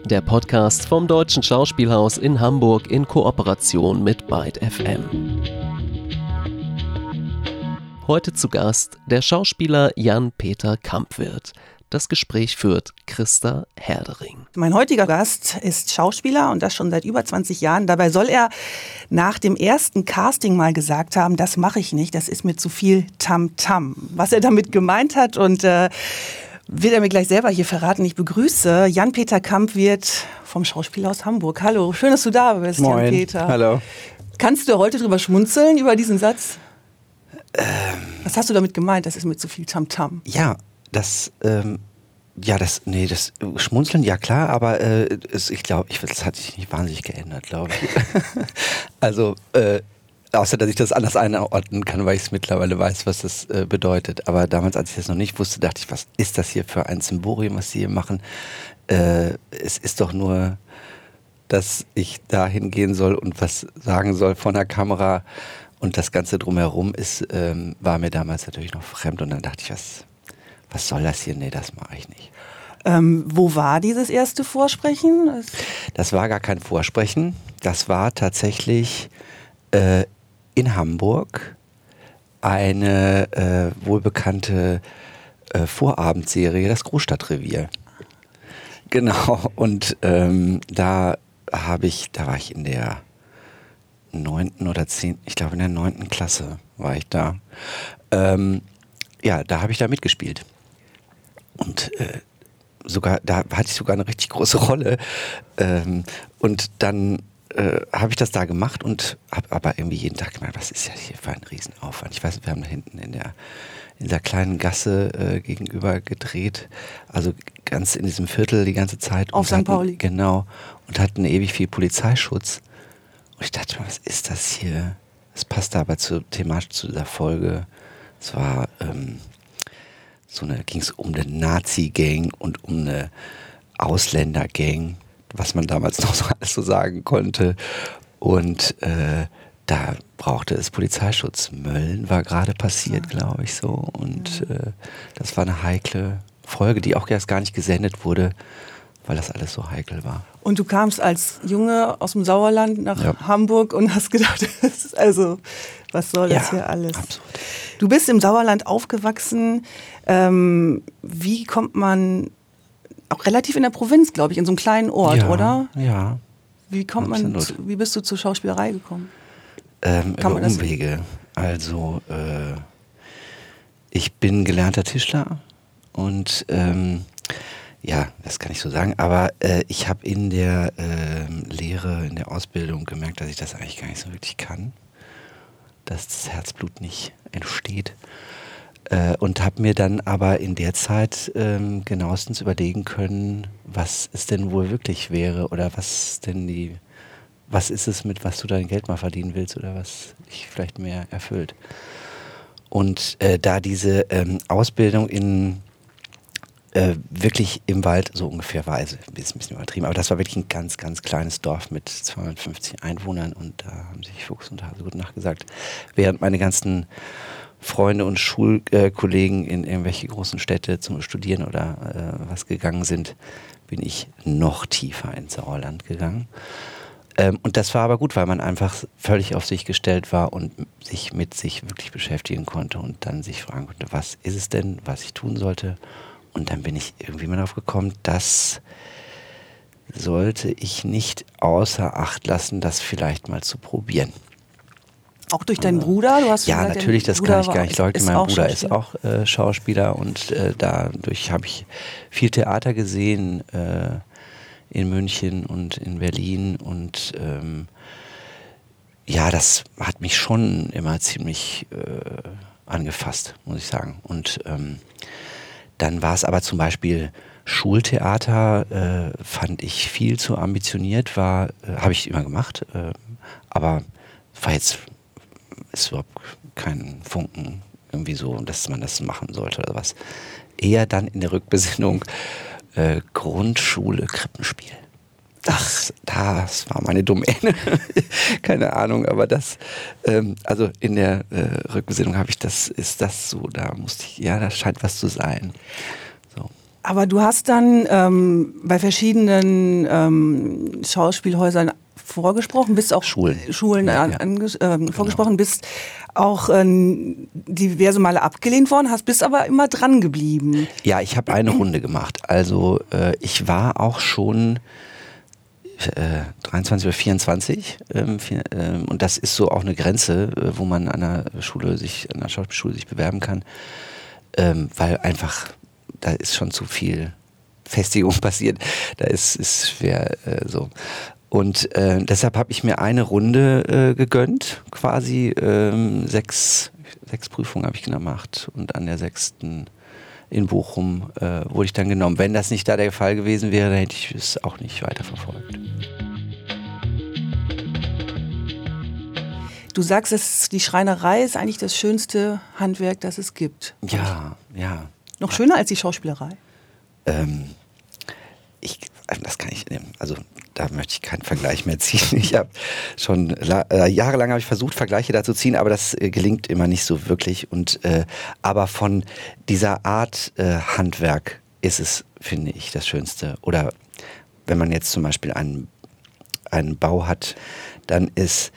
der Podcast vom Deutschen Schauspielhaus in Hamburg in Kooperation mit Byte FM. Heute zu Gast der Schauspieler Jan-Peter Kampwirth. Das Gespräch führt Christa Herdering. Mein heutiger Gast ist Schauspieler und das schon seit über 20 Jahren. Dabei soll er nach dem ersten Casting mal gesagt haben, das mache ich nicht, das ist mir zu viel Tamtam. Was er damit gemeint hat und will er mir gleich selber hier verraten. Ich begrüße Jan-Peter Kampwirth vom Schauspielhaus Hamburg. Hallo, schön, dass du da bist, Moin. Jan-Peter. Hallo. Kannst du heute drüber schmunzeln, über diesen Satz? Was hast du damit gemeint, das ist mir zu viel Tamtam? Ja, das Schmunzeln, ja klar, aber ich glaube, das hat sich nicht wahnsinnig geändert, glaube ich. Also, außer dass ich das anders einordnen kann, weil ich es mittlerweile weiß, was das bedeutet. Aber damals, als ich das noch nicht wusste, dachte ich, was ist das hier für ein Symborium, was sie hier machen? Es ist doch nur, dass ich da hingehen soll und was sagen soll von der Kamera. Und das Ganze drumherum war mir damals natürlich noch fremd. Und dann dachte ich, was soll das hier? Nee, das mache ich nicht. Wo war dieses erste Vorsprechen? Das war gar kein Vorsprechen. Das war tatsächlich in Hamburg eine wohlbekannte Vorabendserie, das Großstadtrevier. Genau. Und da war ich in der 9. oder 10., ich glaube in der 9. Klasse war ich da. Da habe ich da mitgespielt. Und da hatte ich sogar eine richtig große Rolle. Und dann habe ich das da gemacht und habe aber irgendwie jeden Tag gemeint, was ist ja hier für ein Riesenaufwand. Ich weiß, wir haben da hinten in dieser kleinen Gasse gegenüber gedreht, also ganz in diesem Viertel die ganze Zeit. Auf St. Pauli. Genau. Und hatten ewig viel Polizeischutz. Und ich dachte mir, was ist das hier? Das passte aber thematisch zu dieser Folge. Es war ging es um eine Nazi-Gang und um eine Ausländer-Gang, was man damals noch so alles so sagen konnte. Und da brauchte es Polizeischutz. Mölln war gerade passiert, glaube ich, so. Und das war eine heikle Folge, die auch erst gar nicht gesendet wurde, weil das alles so heikel war. Und du kamst als Junge aus dem Sauerland nach Hamburg und hast gedacht, was soll das hier alles? Absolut. Du bist im Sauerland aufgewachsen. Wie kommt man, auch relativ in der Provinz, glaube ich, in so einem kleinen Ort, oder? Ja. Wie bist du zur Schauspielerei gekommen? Über Umwege. Also, ich bin gelernter Tischler und das kann ich so sagen, aber ich habe in der Lehre, in der Ausbildung gemerkt, dass ich das eigentlich gar nicht so wirklich kann, dass das Herzblut nicht entsteht und habe mir dann aber in der Zeit genauestens überlegen können, was es denn wohl wirklich wäre oder was ist es, mit was du dein Geld mal verdienen willst oder was dich vielleicht mehr erfüllt. Und da diese Ausbildung wirklich im Wald so ungefähr war, also ein bisschen übertrieben, aber das war wirklich ein ganz, ganz kleines Dorf mit 250 Einwohnern und da haben sich Fuchs und Hase gut nachgesagt. Während meine ganzen Freunde und Schulkollegen in irgendwelche großen Städte zum Studieren oder was gegangen sind, bin ich noch tiefer ins Sauerland gegangen. Und das war aber gut, weil man einfach völlig auf sich gestellt war und sich mit sich wirklich beschäftigen konnte und dann sich fragen konnte, was ist es denn, was ich tun sollte? Und dann bin ich irgendwie mal darauf gekommen, das sollte ich nicht außer Acht lassen, das vielleicht mal zu probieren. Auch durch deinen Bruder? Du hast ja, gesagt, natürlich, das kann ich gar nicht leugnen. Mein Bruder ist Schauspieler? auch Schauspieler und dadurch habe ich viel Theater gesehen in München und in Berlin und das hat mich schon immer ziemlich angefasst, muss ich sagen. Und dann war es aber zum Beispiel Schultheater, fand ich viel zu ambitioniert, habe ich immer gemacht, aber ist überhaupt kein Funken irgendwie so, dass man das machen sollte oder was. Eher dann in der Rückbesinnung Grundschule, Krippenspiel. Das war meine Domäne. Keine Ahnung, aber das, also in der Rückbesinnung ist das so, da musste ich, das scheint was zu sein. So. Aber du hast dann bei verschiedenen Schauspielhäusern vorgesprochen, bist auch Schulen vorgesprochen, bist auch diverse Male abgelehnt worden, bist aber immer dran geblieben. Ja, ich habe eine Runde gemacht. Also ich war auch schon 23 oder 24 und das ist so auch eine Grenze, wo man an einer Schauspielschule sich bewerben kann, weil einfach da ist schon zu viel Festigung passiert. Da ist schwer so. Und deshalb habe ich mir eine Runde gegönnt, quasi 6 Prüfungen habe ich gemacht und an der 6. in Bochum wurde ich dann genommen. Wenn das nicht da der Fall gewesen wäre, dann hätte ich es auch nicht weiterverfolgt. Du sagst, die Schreinerei ist eigentlich das schönste Handwerk, das es gibt. Ja. Noch schöner als die Schauspielerei? Das kann ich, also da möchte ich keinen Vergleich mehr ziehen. Ich habe schon jahrelang habe ich versucht, Vergleiche da zu ziehen, aber das gelingt immer nicht so wirklich. Und aber von dieser Art Handwerk ist es, finde ich, das Schönste. Oder wenn man jetzt zum Beispiel einen Bau hat, dann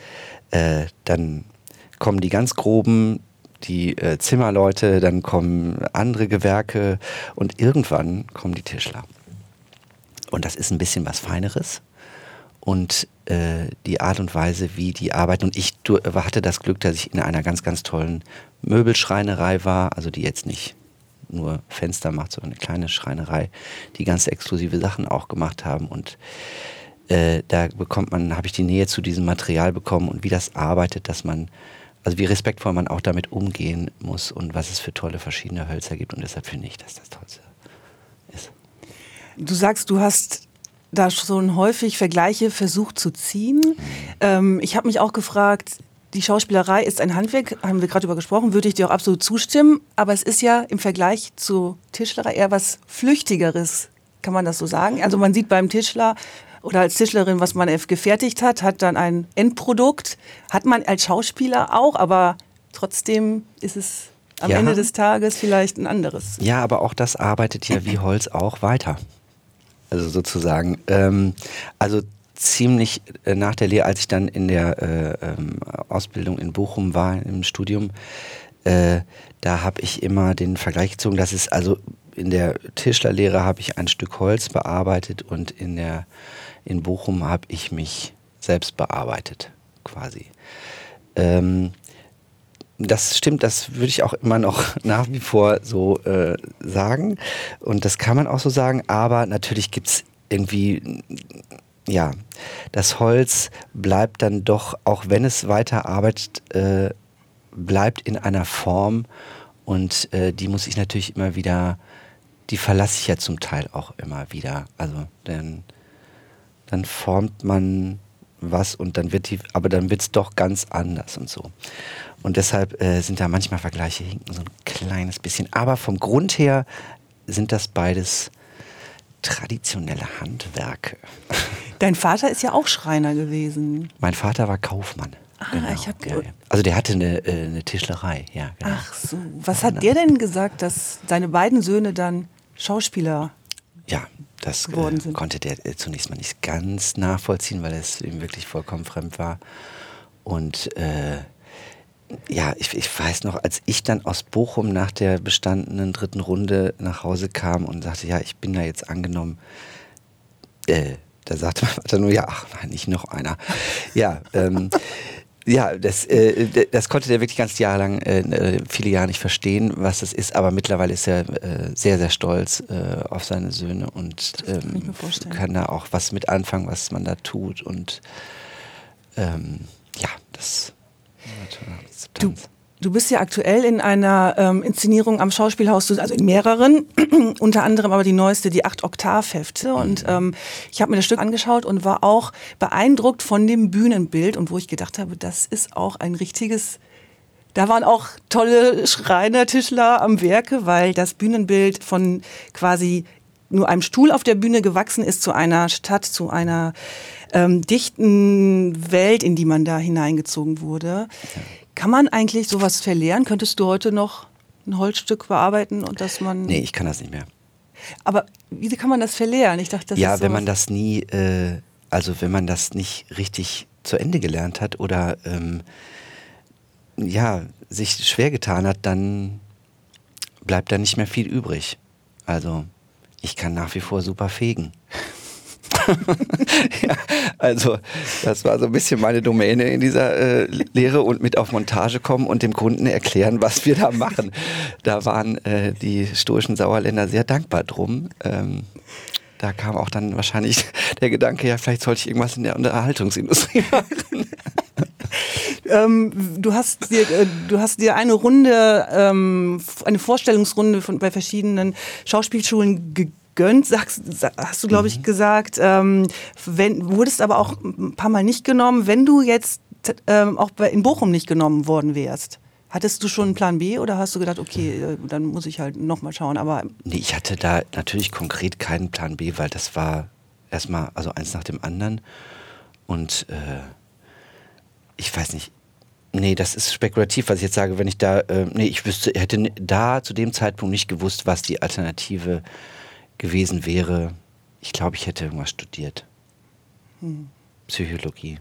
kommen die ganz groben, die Zimmerleute, dann kommen andere Gewerke und irgendwann kommen die Tischler. Und das ist ein bisschen was Feineres und die Art und Weise, wie die arbeiten. Und ich hatte das Glück, dass ich in einer ganz, ganz tollen Möbelschreinerei war, also die jetzt nicht nur Fenster macht, sondern eine kleine Schreinerei, die ganz exklusive Sachen auch gemacht haben. Und da habe ich die Nähe zu diesem Material bekommen und wie das arbeitet, also wie respektvoll man auch damit umgehen muss und was es für tolle verschiedene Hölzer gibt. Und deshalb finde ich, dass das Tollste ist. Du sagst, du hast da schon häufig Vergleiche versucht zu ziehen. Ich habe mich auch gefragt, die Schauspielerei ist ein Handwerk, haben wir gerade drüber gesprochen, würde ich dir auch absolut zustimmen. Aber es ist ja im Vergleich zur Tischlerei eher was Flüchtigeres, kann man das so sagen? Also man sieht beim Tischler oder als Tischlerin, was man gefertigt hat dann ein Endprodukt. Hat man als Schauspieler auch, aber trotzdem ist es am Ende des Tages vielleicht ein anderes. Ja, aber auch das arbeitet ja wie Holz auch weiter. Also sozusagen. Also ziemlich nach der Lehre, als ich dann in der Ausbildung in Bochum war, im Studium, da habe ich immer den Vergleich gezogen, dass es also in der Tischlerlehre habe ich ein Stück Holz bearbeitet und in Bochum habe ich mich selbst bearbeitet, quasi. Das stimmt, das würde ich auch immer noch nach wie vor so sagen und das kann man auch so sagen, aber natürlich gibt es irgendwie, ja, das Holz bleibt dann doch, auch wenn es weiter arbeitet, bleibt in einer Form und die muss ich natürlich immer wieder, die verlasse ich ja zum Teil auch immer wieder, also dann formt man was und dann wird es doch ganz anders und so. Und deshalb sind da manchmal Vergleiche hinken so ein kleines bisschen. Aber vom Grund her sind das beides traditionelle Handwerke. Dein Vater ist ja auch Schreiner gewesen. Mein Vater war Kaufmann. Genau. Also der hatte eine Tischlerei, ja. Genau. Ach so. Was hat der denn gesagt, dass seine beiden Söhne dann Schauspieler das sind? Konnte der zunächst mal nicht ganz nachvollziehen, weil es ihm wirklich vollkommen fremd war. Und ich weiß noch, als ich dann aus Bochum nach der bestandenen 3. Runde nach Hause kam und sagte, ja, ich bin da jetzt angenommen, da sagte mein Vater nur, ja, ach nein, nicht noch einer. Ja, das konnte der wirklich ganz jahrelang, viele Jahre nicht verstehen, was das ist, aber mittlerweile ist er sehr, sehr stolz auf seine Söhne und kann da auch was mit anfangen, was man da tut und das Du bist ja aktuell in einer Inszenierung am Schauspielhaus, also in mehreren, unter anderem aber die neueste, die 8-Oktav-Hefte. Und ich habe mir das Stück angeschaut und war auch beeindruckt von dem Bühnenbild. Und wo ich gedacht habe, das ist auch ein richtiges, da waren auch tolle Schreiner, Tischler am Werke, weil das Bühnenbild von quasi nur einem Stuhl auf der Bühne gewachsen ist zu einer Stadt, zu einer dichten Welt, in die man da hineingezogen wurde. Kann man eigentlich sowas verlernen? Könntest du heute noch ein Holzstück bearbeiten und dass man... Nee, ich kann das nicht mehr. Aber wie kann man das verlernen? Ich dachte, das ist wenn man das nie, wenn man das nicht richtig zu Ende gelernt hat oder sich schwer getan hat, dann bleibt da nicht mehr viel übrig. Also ich kann nach wie vor super fegen. Ja, also das war so ein bisschen meine Domäne in dieser Lehre und mit auf Montage kommen und dem Kunden erklären, was wir da machen. Da waren die stoischen Sauerländer sehr dankbar drum. Da kam auch dann wahrscheinlich der Gedanke, ja, vielleicht sollte ich irgendwas in der Unterhaltungsindustrie machen. Du hast dir eine Runde, eine Vorstellungsrunde bei verschiedenen Schauspielschulen gegönnt, hast du, glaube ich, gesagt. Wurdest aber auch ein paar Mal nicht genommen. Wenn du jetzt auch in Bochum nicht genommen worden wärst, hattest du schon einen Plan B oder hast du gedacht, okay, dann muss ich halt nochmal schauen? Aber nee, ich hatte da natürlich konkret keinen Plan B, weil das war erstmal eins nach dem anderen. Und ich weiß nicht, nee, das ist spekulativ, was ich jetzt sage, wenn ich da, hätte da zu dem Zeitpunkt nicht gewusst, was die Alternative gewesen wäre. Ich glaube, ich hätte irgendwas studiert. Psychologie.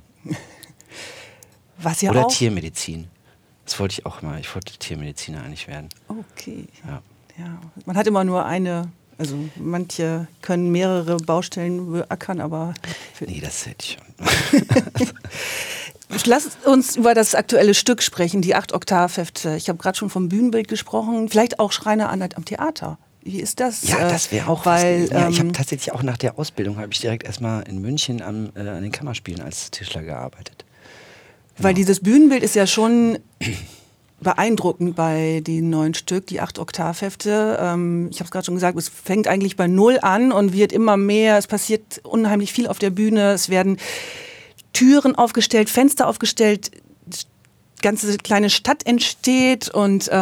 Was ja oder auch Tiermedizin. Das wollte ich auch mal. Ich wollte Tiermediziner eigentlich werden. Okay. Ja. Man hat immer nur eine, also manche können mehrere Baustellen beackern, aber... Nee, das hätte ich schon. Lass uns über das aktuelle Stück sprechen, die 8 Oktavhefte. Ich habe gerade schon vom Bühnenbild gesprochen, vielleicht auch Schreiner am Theater. Wie ist das? Ja, das wäre auch weil, was. Ich habe tatsächlich auch nach der Ausbildung, habe ich direkt erstmal in München an den Kammerspielen als Tischler gearbeitet. Genau. Weil dieses Bühnenbild ist ja schon beeindruckend bei den neuen Stück, die 8 Oktavhefte. Ich habe es gerade schon gesagt, es fängt eigentlich bei 0 an und wird immer mehr. Es passiert unheimlich viel auf der Bühne. Es werden Türen aufgestellt, Fenster aufgestellt, ganze kleine Stadt entsteht und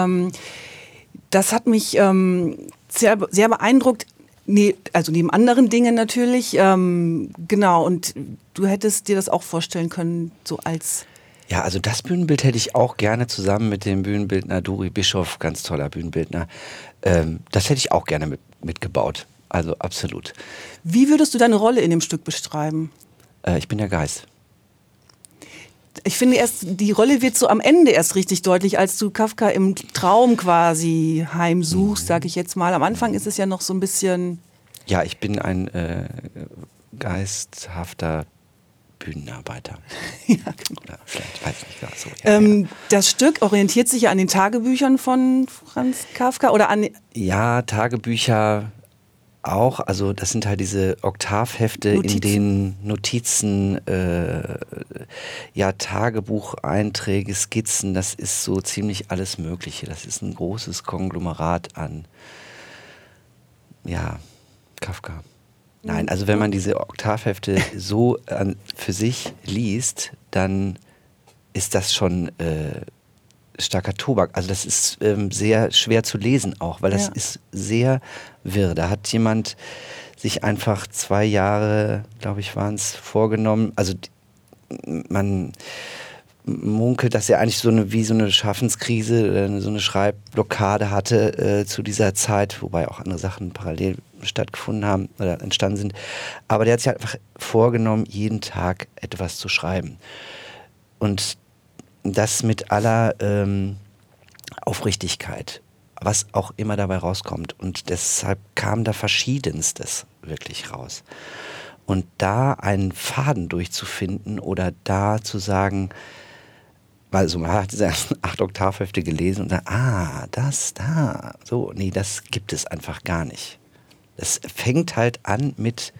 das hat mich sehr, sehr beeindruckt. Nee, also neben anderen Dingen natürlich. Genau, und du hättest dir das auch vorstellen können, so als... Ja, also das Bühnenbild hätte ich auch gerne zusammen mit dem Bühnenbildner Duri Bischof, ganz toller Bühnenbildner. Das hätte ich auch gerne mitgebaut. Also absolut. Wie würdest du deine Rolle in dem Stück beschreiben? Ich bin der Geist. Ich finde die Rolle wird so am Ende erst richtig deutlich, als du Kafka im Traum quasi heimsuchst, sage ich jetzt mal. Am Anfang ist es ja noch so ein bisschen... Ja, ich bin ein geisthafter Bühnenarbeiter. Ja, genau. Ja, vielleicht, weiß nicht klar. So, ja. Das Stück orientiert sich ja an den Tagebüchern von Franz Kafka oder an... Ja, Tagebücher auch. Also das sind halt diese Oktavhefte, in denen Notizen, Tagebucheinträge, Skizzen, das ist so ziemlich alles Mögliche. Das ist ein großes Konglomerat an, Kafka. Nein, also wenn man diese Oktavhefte so für sich liest, dann ist das schon starker Tobak. Also das ist sehr schwer zu lesen auch, weil das ist sehr wirr. Da hat jemand sich einfach 2 Jahre, glaube ich, waren es, vorgenommen. Also man munkelt, dass er eigentlich so eine Schaffenskrise, so eine Schreibblockade hatte zu dieser Zeit, wobei auch andere Sachen parallel stattgefunden haben oder entstanden sind. Aber der hat sich einfach vorgenommen, jeden Tag etwas zu schreiben. Und das mit aller Aufrichtigkeit, was auch immer dabei rauskommt. Und deshalb kam da Verschiedenstes wirklich raus. Und da einen Faden durchzufinden oder da zu sagen, also man hat diese ersten 8 Oktavhefte gelesen und sagt, das da, so, nee, das gibt es einfach gar nicht. Es fängt halt an mit,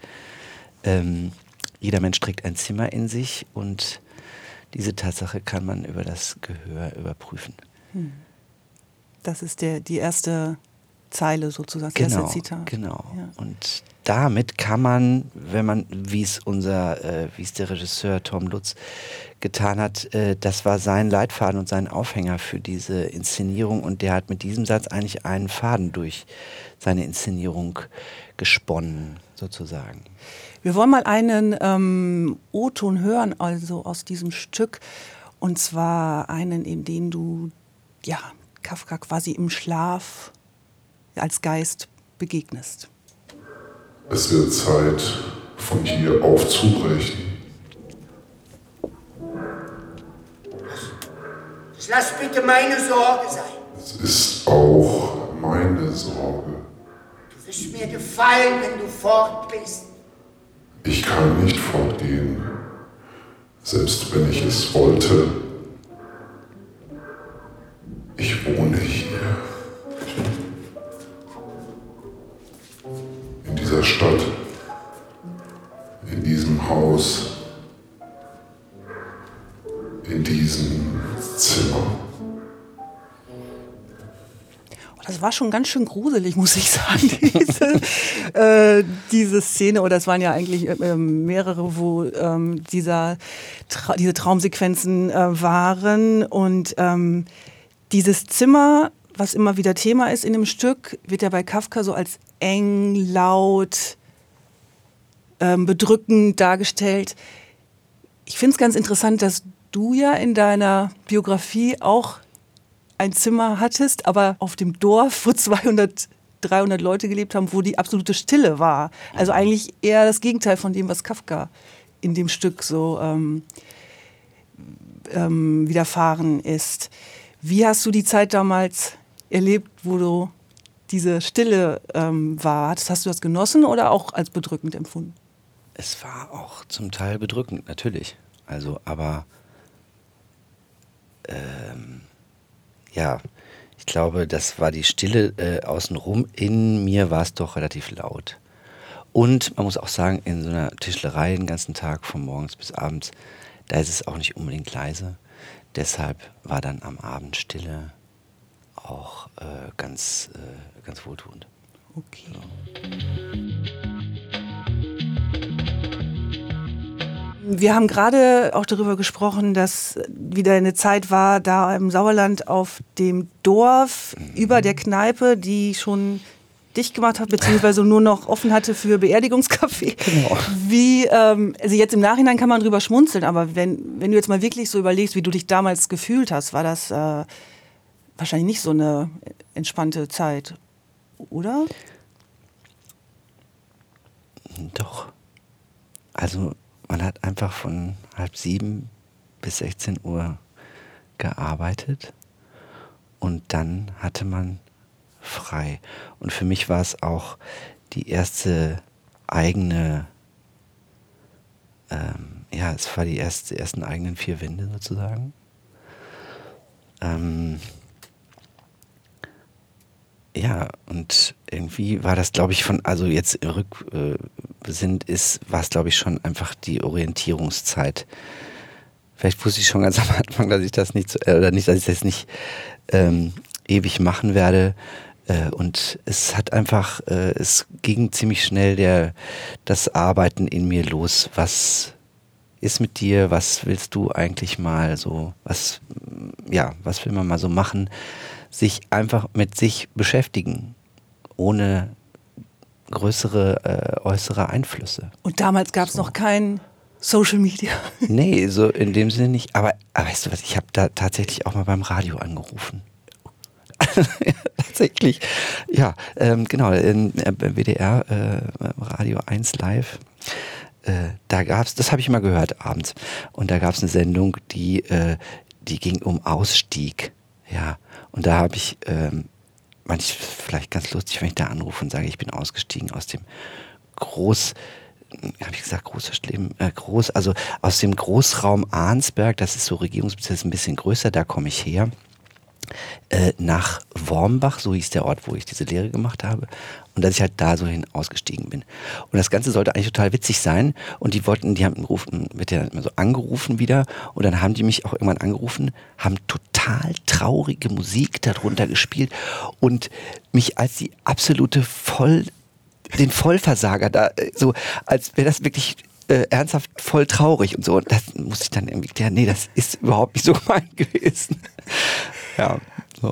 jeder Mensch trägt ein Zimmer in sich und diese Tatsache kann man über das Gehör überprüfen. Das ist die erste Zeile sozusagen, das erste Zitat. Genau. Ja. Und damit kann man, wenn man, wie es der Regisseur Tom Lutz getan hat, das war sein Leitfaden und sein Aufhänger für diese Inszenierung und der hat mit diesem Satz eigentlich einen Faden durch seine Inszenierung gesponnen, sozusagen. Wir wollen mal einen O-Ton hören, also aus diesem Stück, und zwar einen, in dem du Kafka quasi im Schlaf als Geist begegnest. Es wird Zeit, von hier aufzubrechen. Lass bitte meine Sorge sein. Es ist auch meine Sorge. Du wirst mir gefallen, wenn du fort bist. Ich kann nicht fortgehen, selbst wenn ich es wollte. Ich wohne hier. In dieser Stadt. In diesem Haus. In diesem Zimmer. Das war schon ganz schön gruselig, muss ich sagen, diese Szene. Oder es waren ja eigentlich mehrere, wo diese Traumsequenzen waren. Und dieses Zimmer, was immer wieder Thema ist in dem Stück, wird ja bei Kafka so als eng, laut, bedrückend dargestellt. Ich finde es ganz interessant, dass du ja in deiner Biografie auch ein Zimmer hattest, aber auf dem Dorf, wo 200, 300 Leute gelebt haben, wo die absolute Stille war. Also eigentlich eher das Gegenteil von dem, was Kafka in dem Stück so widerfahren ist. Wie hast du die Zeit damals erlebt, wo du diese Stille warst? Hast du das genossen oder auch als bedrückend empfunden? Es war auch zum Teil bedrückend, natürlich. Also, aber ja, ich glaube, das war die Stille außenrum. In mir war es doch relativ laut. Und man muss auch sagen, in so einer Tischlerei den ganzen Tag, von morgens bis abends, da ist es auch nicht unbedingt leise. Deshalb war dann am Abend Stille auch ganz wohltuend. Okay. So. Wir haben gerade auch darüber gesprochen, dass wieder eine Zeit war, da im Sauerland auf dem Dorf über der Kneipe, die schon dicht gemacht hat, beziehungsweise nur noch offen hatte für Beerdigungskaffee. Genau. Wie, also jetzt im Nachhinein kann man drüber schmunzeln, aber wenn du jetzt mal wirklich so überlegst, wie du dich damals gefühlt hast, war das wahrscheinlich nicht so eine entspannte Zeit, oder? Doch. Also man hat einfach von 6:30 bis 16 Uhr gearbeitet und dann hatte man frei. Und für mich war es auch die erste eigene, es war die ersten eigenen 4 Wände sozusagen. Ja, und irgendwie war das, glaube ich, also jetzt rückbesinnt war es, glaube ich, schon einfach die Orientierungszeit. Vielleicht wusste ich schon ganz am Anfang, dass ich das nicht, dass ich das nicht ewig machen werde. Und es hat einfach, es ging ziemlich schnell das Arbeiten in mir los. Was ist mit dir? Was willst du eigentlich mal so? Was will man mal so machen? Sich einfach mit sich beschäftigen, ohne größere äußere Einflüsse. Und damals gab es noch kein Social Media. Nee, so in dem Sinne nicht. Aber weißt du was, ich habe da tatsächlich auch mal beim Radio angerufen. Ja, tatsächlich. Ja, genau, in WDR, Radio 1 Live. Da gab's, das habe ich mal gehört abends. Und da gab es eine Sendung, die ging um Ausstieg. Ja, und da habe ich, vielleicht ganz lustig, wenn ich da anrufe und sage, ich bin ausgestiegen aus dem aus dem Großraum Arnsberg, das ist so Regierungsbezirk, ein bisschen größer, da komme ich her, nach Wormbach, so hieß der Ort, wo ich diese Lehre gemacht habe, und dass ich halt da so hin ausgestiegen bin. Und das Ganze sollte eigentlich total witzig sein, und die wird ja immer so angerufen wieder, und dann haben die mich auch irgendwann angerufen, haben total traurige Musik darunter gespielt und mich als die absolute den Vollversager da, so als wäre das wirklich ernsthaft voll traurig und so. Und das muss ich dann irgendwie klären, nee, das ist überhaupt nicht so gemeint gewesen. Ja, so.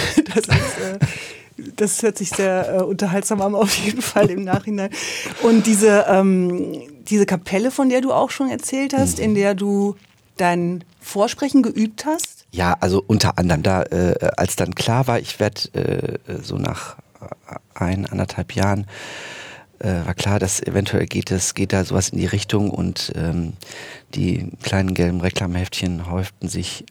Das hört sich sehr unterhaltsam an, auf jeden Fall im Nachhinein. Und diese Kapelle, von der du auch schon erzählt hast, in der du dein Vorsprechen geübt hast? Ja, also unter anderem, als dann klar war, ich werde so nach 1,5 Jahren war klar, dass eventuell geht da sowas in die Richtung und die kleinen gelben Reklamheftchen häuften sich.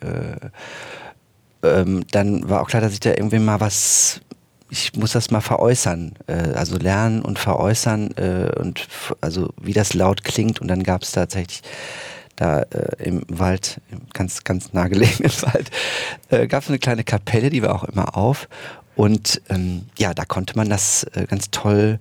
Dann war auch klar, dass ich da irgendwie mal ich muss das mal veräußern, also lernen und veräußern und also wie das laut klingt. Und dann gab es tatsächlich da im Wald, im ganz, ganz nahegelegenen Wald, gab es eine kleine Kapelle, die war auch immer auf. Und da konnte man das ganz toll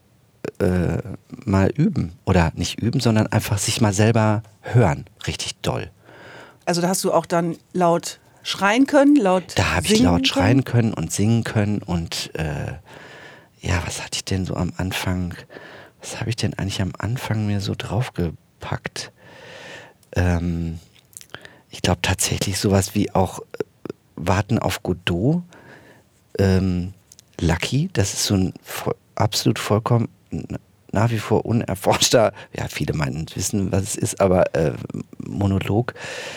mal üben. Oder nicht üben, sondern einfach sich mal selber hören. Richtig doll. Also da hast du auch dann laut schreien können, Da habe ich laut schreien können und singen können. Und was hatte ich denn so am Anfang, was habe ich denn eigentlich am Anfang mir so draufgepackt? Ich glaube tatsächlich sowas wie auch Warten auf Godot. Lucky, das ist so ein absolut vollkommen nach wie vor unerforschter, ja, viele meinen wissen, was es ist, aber Monolog.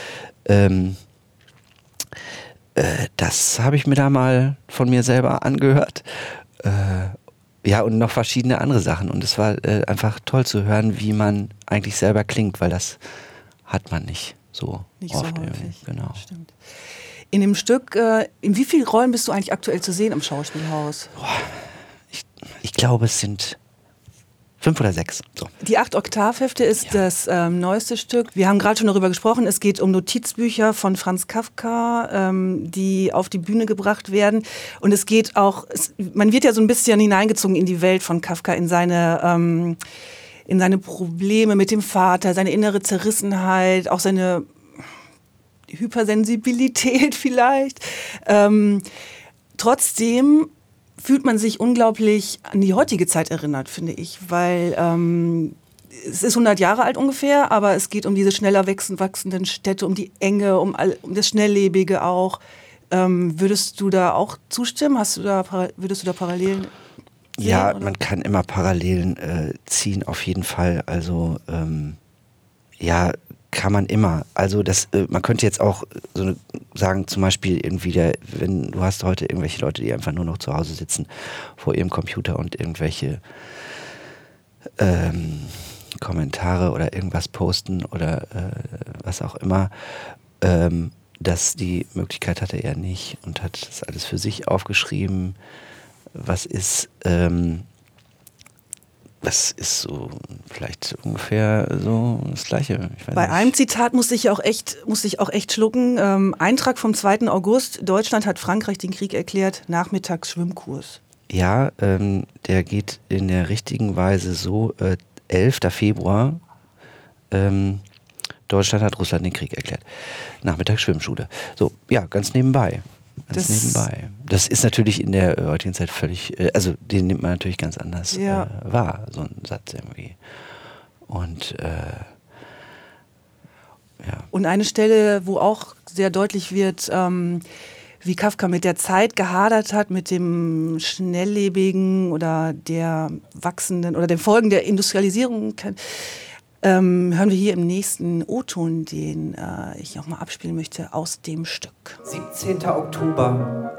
Das habe ich mir da mal von mir selber angehört. Und noch verschiedene andere Sachen. Und es war einfach toll zu hören, wie man eigentlich selber klingt, weil das hat man nicht so oft. So häufig. Genau. Stimmt. In dem Stück, in wie vielen Rollen bist du eigentlich aktuell zu sehen im Schauspielhaus? Ich glaube, es sind 5 oder 6. So. Die 8-Oktav-Hefte ist das neueste Stück. Wir haben gerade schon darüber gesprochen. Es geht um Notizbücher von Franz Kafka, die auf die Bühne gebracht werden. Und es geht auch, man wird ja so ein bisschen hineingezogen in die Welt von Kafka, in seine Probleme mit dem Vater, seine innere Zerrissenheit, auch seine Hypersensibilität vielleicht. Trotzdem fühlt man sich unglaublich an die heutige Zeit erinnert, finde ich, weil es ist 100 Jahre alt ungefähr, aber es geht um diese schneller wachsenden Städte, um die Enge, um das Schnelllebige auch. Würdest du da auch zustimmen? Würdest du da Parallelen sehen, Ja, oder? man kann immer Parallelen ziehen, auf jeden Fall. Also kann man immer. Also man könnte jetzt auch so sagen, zum Beispiel irgendwie, wenn du hast heute irgendwelche Leute, die einfach nur noch zu Hause sitzen vor ihrem Computer und irgendwelche Kommentare oder irgendwas posten oder was auch immer, dass die Möglichkeit hatte er nicht und hat das alles für sich aufgeschrieben. Was ist so vielleicht ungefähr so das Gleiche. Ich weiß Bei nicht. einem Zitat musste ich auch echt schlucken. Eintrag vom 2. August. Deutschland hat Frankreich den Krieg erklärt. Nachmittags Schwimmkurs. Ja, der geht in der richtigen Weise so. 11. Februar. Deutschland hat Russland den Krieg erklärt. Nachmittags Schwimmschule. So, ja, ganz nebenbei. Das ist natürlich in der heutigen Zeit völlig, also den nimmt man natürlich ganz anders wahr, so ein Satz irgendwie. Und Und eine Stelle, wo auch sehr deutlich wird, wie Kafka mit der Zeit gehadert hat, mit dem Schnelllebigen oder der wachsenden oder den Folgen der Industrialisierung. Hören wir hier im nächsten O-Ton, den ich auch mal abspielen möchte, aus dem Stück. 17. Oktober.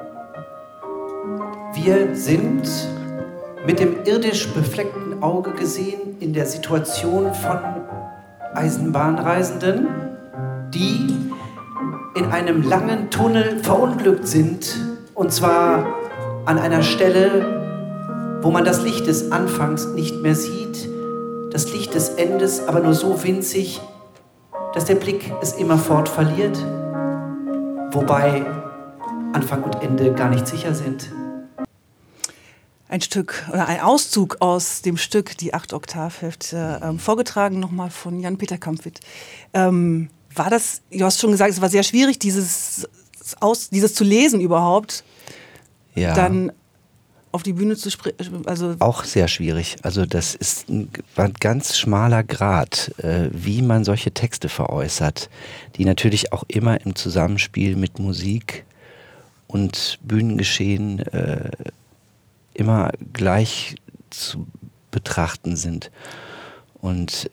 Wir sind mit dem irdisch befleckten Auge gesehen in der Situation von Eisenbahnreisenden, die in einem langen Tunnel verunglückt sind, und zwar an einer Stelle, wo man das Licht des Anfangs nicht mehr sieht, das Licht des Endes aber nur so winzig, dass der Blick es immerfort verliert, wobei Anfang und Ende gar nicht sicher sind. Ein Stück oder ein Auszug aus dem Stück Die 8-Oktav-Hefte, vorgetragen nochmal von Jan-Peter Kampwitt. War das, du hast schon gesagt, es war sehr schwierig, dieses zu lesen überhaupt, dann auf die Bühne zu sprechen? Also auch sehr schwierig. Also das ist war ein ganz schmaler Grat, wie man solche Texte veräußert, die natürlich auch immer im Zusammenspiel mit Musik und Bühnengeschehen immer gleich zu betrachten sind. Und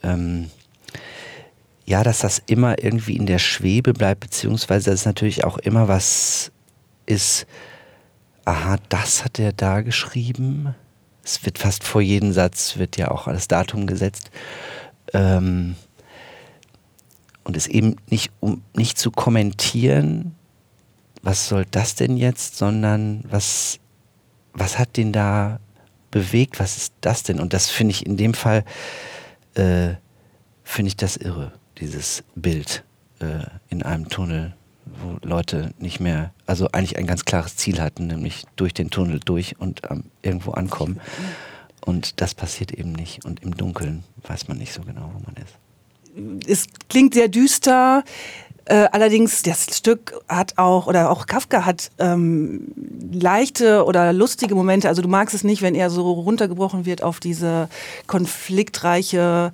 dass das immer irgendwie in der Schwebe bleibt, beziehungsweise dass es natürlich auch immer was ist, aha, das hat er da geschrieben, Es wird fast vor jedem Satz wird ja auch das Datum gesetzt. Und es eben nicht zu kommentieren, was soll das denn jetzt, sondern was hat den da bewegt, was ist das denn? Und das finde ich in dem Fall, finde ich das irre, dieses Bild in einem Tunnel, wo Leute nicht mehr, also eigentlich ein ganz klares Ziel hatten, nämlich durch den Tunnel durch und irgendwo ankommen. Und das passiert eben nicht. Und im Dunkeln weiß man nicht so genau, wo man ist. Es klingt sehr düster. Allerdings, das Stück hat auch Kafka hat leichte oder lustige Momente. Also du magst es nicht, wenn er so runtergebrochen wird auf diese konfliktreiche,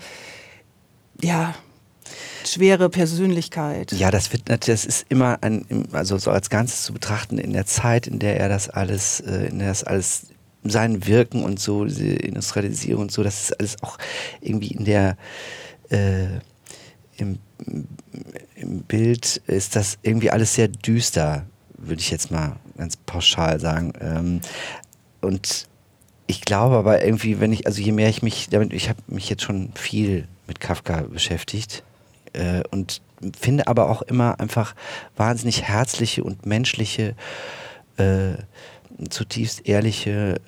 schwere Persönlichkeit. Ja, das ist immer also so als Ganzes zu betrachten in der Zeit, in der das alles sein Wirken und so, diese Industrialisierung und so, das ist alles auch irgendwie in der im Bild ist das irgendwie alles sehr düster, würde ich jetzt mal ganz pauschal sagen. Und ich glaube aber irgendwie, je mehr ich habe mich jetzt schon viel mit Kafka beschäftigt und finde aber auch immer einfach wahnsinnig herzliche und menschliche, zutiefst ehrliche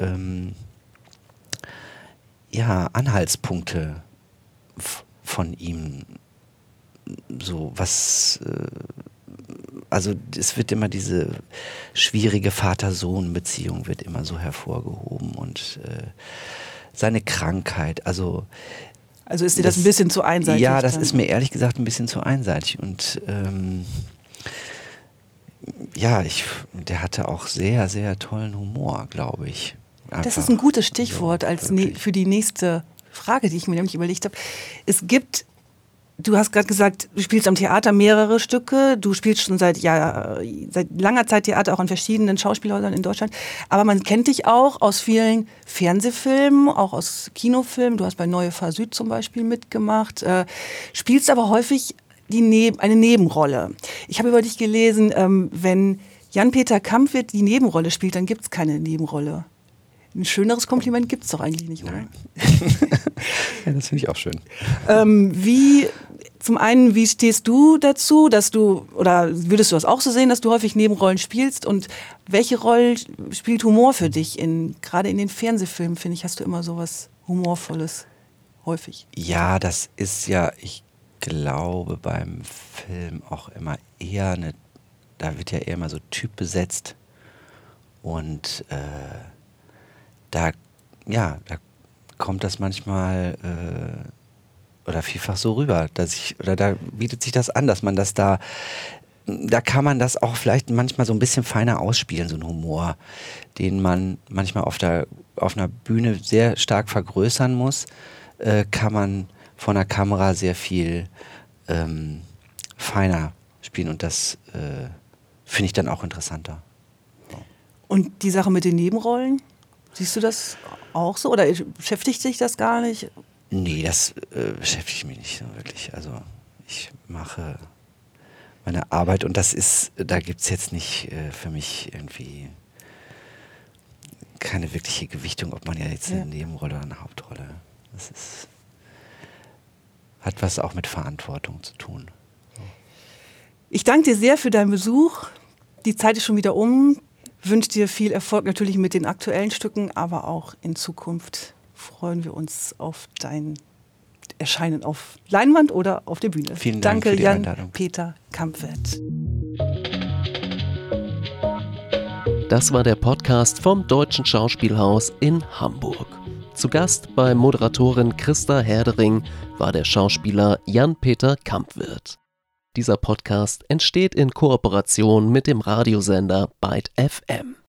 Anhaltspunkte von ihm. So was, also es wird immer diese schwierige Vater-Sohn-Beziehung wird immer so hervorgehoben und seine Krankheit, also ist dir das ein bisschen zu einseitig? Ja, das ist mir ehrlich gesagt ein bisschen zu einseitig und der hatte auch sehr, sehr tollen Humor, glaube ich. Einfach das ist ein gutes Stichwort für die nächste Frage, die ich mir nämlich überlegt habe. Du hast gerade gesagt, du spielst am Theater mehrere Stücke. Du spielst schon seit langer Zeit Theater, auch an verschiedenen Schauspielhäusern in Deutschland. Aber man kennt dich auch aus vielen Fernsehfilmen, auch aus Kinofilmen. Du hast bei Neue Fahr Süd zum Beispiel mitgemacht. Spielst aber häufig eine Nebenrolle. Ich habe über dich gelesen, wenn Jan-Peter Kampfwirth die Nebenrolle spielt, dann gibt es keine Nebenrolle. Ein schöneres Kompliment gibt es doch eigentlich nicht, oder? Nein. Ja, das finde ich auch schön. Zum einen, wie stehst du dazu, oder würdest du das auch so sehen, dass du häufig Nebenrollen spielst? Und welche Rolle spielt Humor für dich? Gerade in den Fernsehfilmen, finde ich, hast du immer sowas Humorvolles häufig. Ja, das ist ja, ich glaube, beim Film auch immer eher da wird ja eher mal so Typ besetzt. Und da kommt das manchmal oder vielfach so rüber, da bietet sich das an, dass man das da kann man das auch vielleicht manchmal so ein bisschen feiner ausspielen, so ein Humor, den man manchmal auf einer Bühne sehr stark vergrößern muss, kann man vor einer Kamera sehr viel feiner spielen und das finde ich dann auch interessanter. Und die Sache mit den Nebenrollen? Siehst du das auch so oder beschäftigt dich das gar nicht? Nee, das beschäftigt mich nicht so wirklich. Also ich mache meine Arbeit und da gibt es jetzt nicht für mich irgendwie keine wirkliche Gewichtung, ob man ja jetzt eine Nebenrolle oder eine Hauptrolle. Das hat was auch mit Verantwortung zu tun. So. Ich danke dir sehr für deinen Besuch. Die Zeit ist schon wieder um. Wünsche dir viel Erfolg natürlich mit den aktuellen Stücken, aber auch in Zukunft freuen wir uns auf dein Erscheinen auf Leinwand oder auf der Bühne. Vielen Dank für die Einladung. Jan-Peter Kampfwirth. Das war der Podcast vom Deutschen Schauspielhaus in Hamburg. Zu Gast bei Moderatorin Christa Herdering war der Schauspieler Jan-Peter Kampfwirth. Dieser Podcast entsteht in Kooperation mit dem Radiosender Byte FM.